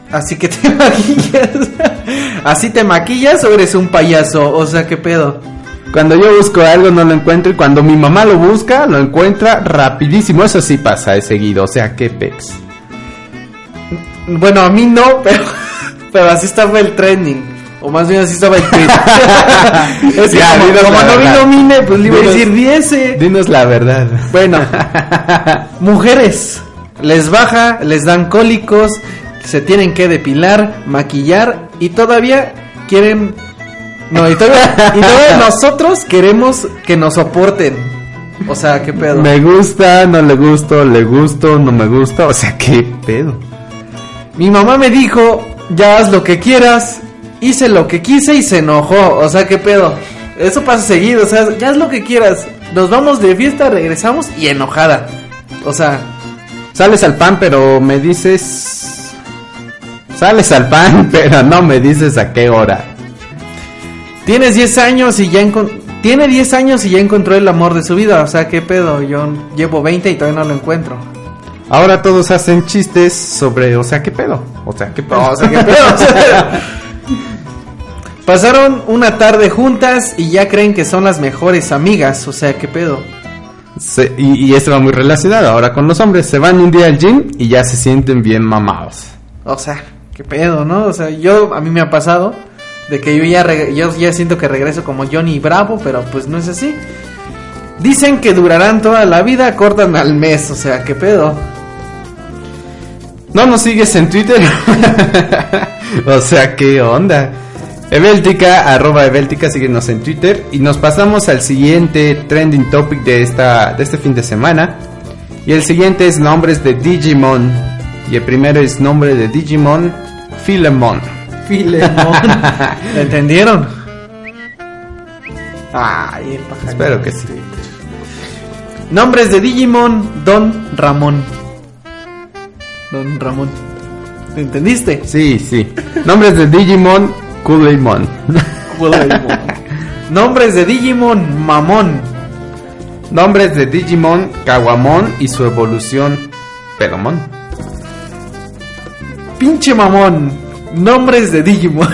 Así que te maquillas. Así te maquillas o eres un payaso. O sea, ¿qué pedo? Cuando yo busco algo no lo encuentro y cuando mi mamá lo busca lo encuentra rapidísimo. Eso sí pasa, es seguido. O sea, qué pex. Bueno, a mí no, pero, pero así estaba el trending. O más bien así estaba el tweet. Es que Ya, como, dinos como la no verdad. vino Mine, pues le iba a Dinos- decir diese. Dinos la verdad. Bueno, mujeres, les baja, les dan cólicos, se tienen que depilar, maquillar y todavía quieren... No, y todavía, y todavía nosotros queremos que nos soporten. O sea, ¿qué pedo? Me gusta, no le gusto, le gusto, no me gusta. O sea, qué pedo. Mi mamá me dijo, ya haz lo que quieras, hice lo que quise y se enojó. O sea, ¿qué pedo? Eso pasa seguido, o sea, ya haz lo que quieras. Nos vamos de fiesta, regresamos y enojada. O sea, Sales al pan, pero me dices... Sales al pan, pero no me dices a qué hora. tienes diez años y ya encon- tiene diez años y ya encontró el amor de su vida. O sea, ¿qué pedo? Yo llevo veinte y todavía no lo encuentro. Ahora todos hacen chistes sobre... O sea, qué pedo. O sea, qué pedo. O sea, ¿qué pedo? O sea, pasaron una tarde juntas y ya creen que son las mejores amigas. O sea, ¿qué pedo? Se- y, y esto va muy relacionado ahora con los hombres. Se van un día al gym y ya se sienten bien mamados. O sea, ¿qué pedo, no? O sea, yo, a mí me ha pasado de que yo ya, reg- yo ya siento que regreso como Johnny Bravo, pero pues no es así. Dicen que durarán toda la vida, cortan al mes, o sea, ¿qué pedo? ¿No nos sigues en Twitter? O sea, ¿qué onda? Eveltica, arroba Eveltica, síguenos en Twitter. Y nos pasamos al siguiente trending topic de, esta, de este fin de semana. Y el siguiente es nombres de Digimon. Y el primero es nombre de Digimon, Filemon. Filemón. ¿Entendieron? Ay, el pajarito. Espero que sí. Nombres de Digimon, Don Ramón. Don Ramón. ¿Entendiste? Sí, sí. Nombres de Digimon, Kuleimon. Nombres de Digimon, Mamón. Nombres de Digimon, Kawamon y su evolución, Peromon. Pinche mamón. Nombres de Digimon.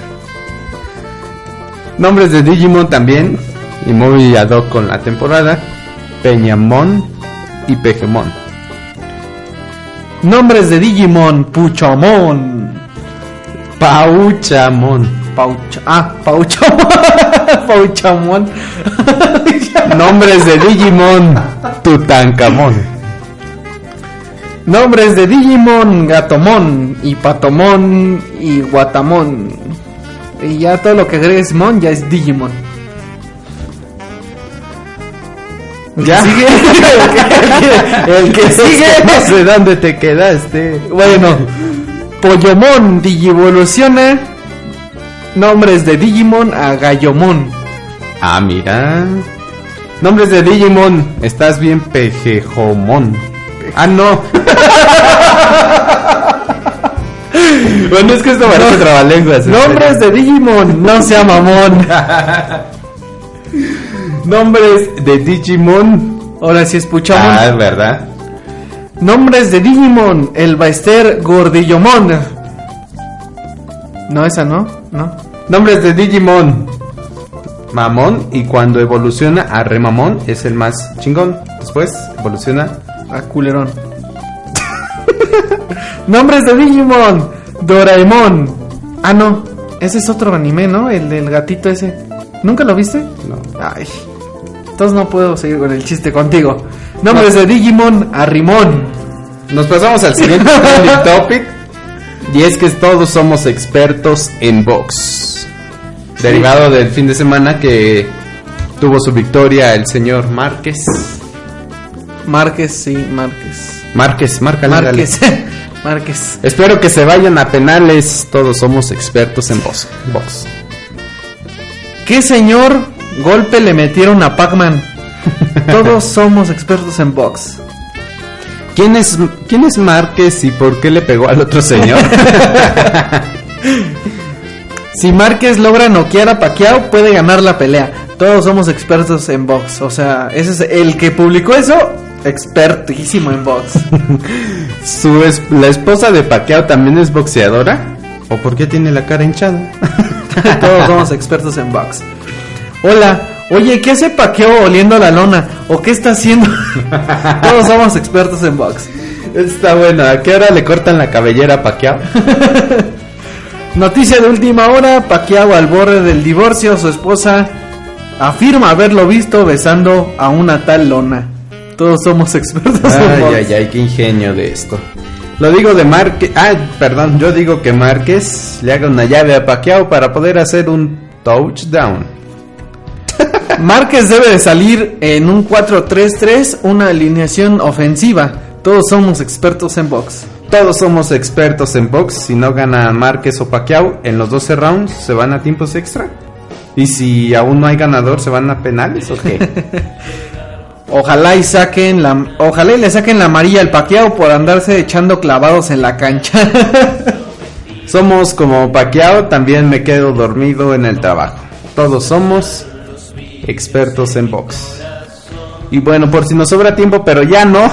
Nombres de Digimon también, y muy ad hoc con la temporada, Peñamon y Pejemon. Nombres de Digimon, Puchamón. Pauchamon. Paucha, ah, Pauchamón. Pauchamón. Nombres de Digimon, Tutankamón. Nombres de Digimon, Gatomón y Patomón y Guatamón. Y ya todo lo que agregues Mon ya es Digimon. El ¿Ya? que sigue, el que, el que sigue. No sé dónde te quedaste. Bueno, Pollomón Digivoluciona. Nombres de Digimon a Gallomón. Ah, mira. Nombres de Digimon, estás bien Pejejomón. Ah, no. Bueno, es que esto parece trabalenguas. Nombres de Digimon, no sea mamón. Nombres de Digimon. Ahora sí es Puchamón. Ah, es verdad. Nombres de Digimon, el Baester Gordillomón. No, esa no, no. Nombres de Digimon. Mamón, y cuando evoluciona a Remamón es el más chingón. Después evoluciona. A culerón. Nombres de Digimon, Doraemon. Ah, no, ese es otro anime, ¿no? El del gatito ese. ¿Nunca lo viste? No. Ay, entonces no puedo seguir con el chiste contigo. Nombres de Digimon, Arrimón. Nos pasamos al siguiente trending topic. Y es que todos somos expertos en box. Derivado del fin de semana que tuvo su victoria el señor Márquez. Márquez, sí, Márquez. Márquez, Márquez. Márquez. Márquez. Espero que se vayan a penales. Todos somos expertos en box. box. ¿Qué señor golpe le metieron a Pac-Man? Todos somos expertos en box. ¿Quién es, ¿Quién es Márquez y por qué le pegó al otro señor? Si Márquez logra noquear a Pacquiao, puede ganar la pelea. Todos somos expertos en box. O sea, ese es el que publicó eso, expertísimo en box. ¿Su es, la esposa de Pacquiao también es boxeadora? ¿O por qué tiene la cara hinchada? Todos somos expertos en box. Hola, oye, ¿qué hace Pacquiao oliendo la lona? ¿O qué está haciendo? Todos somos expertos en box. Está bueno, ¿a qué hora le cortan la cabellera a Pacquiao? Noticia de última hora, Pacquiao al borde del divorcio, su esposa afirma haberlo visto besando a una tal lona. Todos somos expertos ay, en box. Ay, ay, qué ingenio de esto. Lo digo de Márquez, ah, perdón, yo digo que Márquez le haga una llave a Pacquiao para poder hacer un touchdown. Márquez debe de salir en un cuatro tres tres, una alineación ofensiva. Todos somos expertos en box. Todos somos expertos en box. Si no gana Márquez o Pacquiao en los doce rounds, ¿se van a tiempos extra? Y si aún no hay ganador, ¿se van a penales o qué? Ojalá y saquen la, ojalá y le saquen la amarilla al Pacquiao por andarse echando clavados en la cancha. Somos como Pacquiao, también me quedo dormido en el trabajo. Todos somos expertos en box. Y bueno, por si nos sobra tiempo, pero ya no,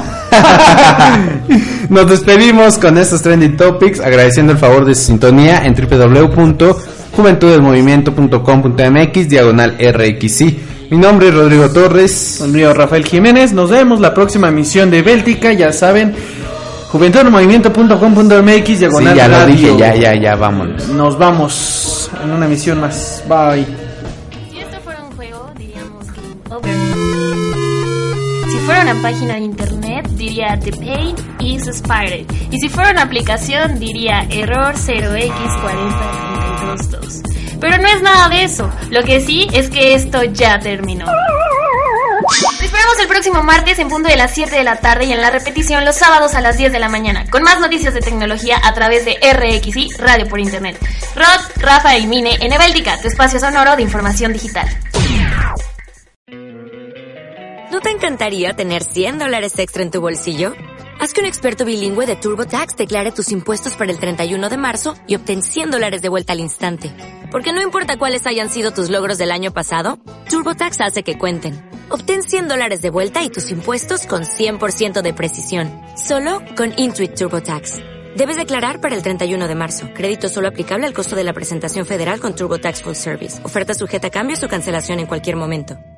nos despedimos con estos trending topics, agradeciendo el favor de su sintonía en doble u doble u doble u punto juventud del movimiento punto com punto m x diagonal R X I. Mi nombre es Rodrigo Torres. Mi nombre es Rafael Jiménez. Nos vemos la próxima emisión de Béltica, ya saben, juventud del movimiento punto com punto m x diagonal sí, ya radio. Lo dije, ya, ya, ya, vámonos. Nos vamos en una emisión más. Bye. Si esto fuera un juego, diríamos Game Over. Si fuera una página de internet, diría The Pain is expired. Y si fuera una aplicación, diría Error cero x cuatro cero tres dos dos. Pero no es nada de eso. Lo que sí es que esto ya terminó. Te esperamos el próximo martes en punto de las siete de la tarde y en la repetición los sábados a las diez de la mañana, con más noticias de tecnología a través de R X I, Radio por Internet. Rod, Rafa y Mine en Ebéltica, tu espacio sonoro de información digital. ¿No te encantaría tener cien dólares extra en tu bolsillo? Haz que un experto bilingüe de TurboTax declare tus impuestos para el treinta y uno de marzo y obtén cien dólares de vuelta al instante. Porque no importa cuáles hayan sido tus logros del año pasado, TurboTax hace que cuenten. Obtén cien dólares de vuelta y tus impuestos con cien por ciento de precisión. Solo con Intuit TurboTax. Debes declarar para el treinta y uno de marzo. Crédito solo aplicable al costo de la presentación federal con TurboTax Full Service. Oferta sujeta a cambios o cancelación en cualquier momento.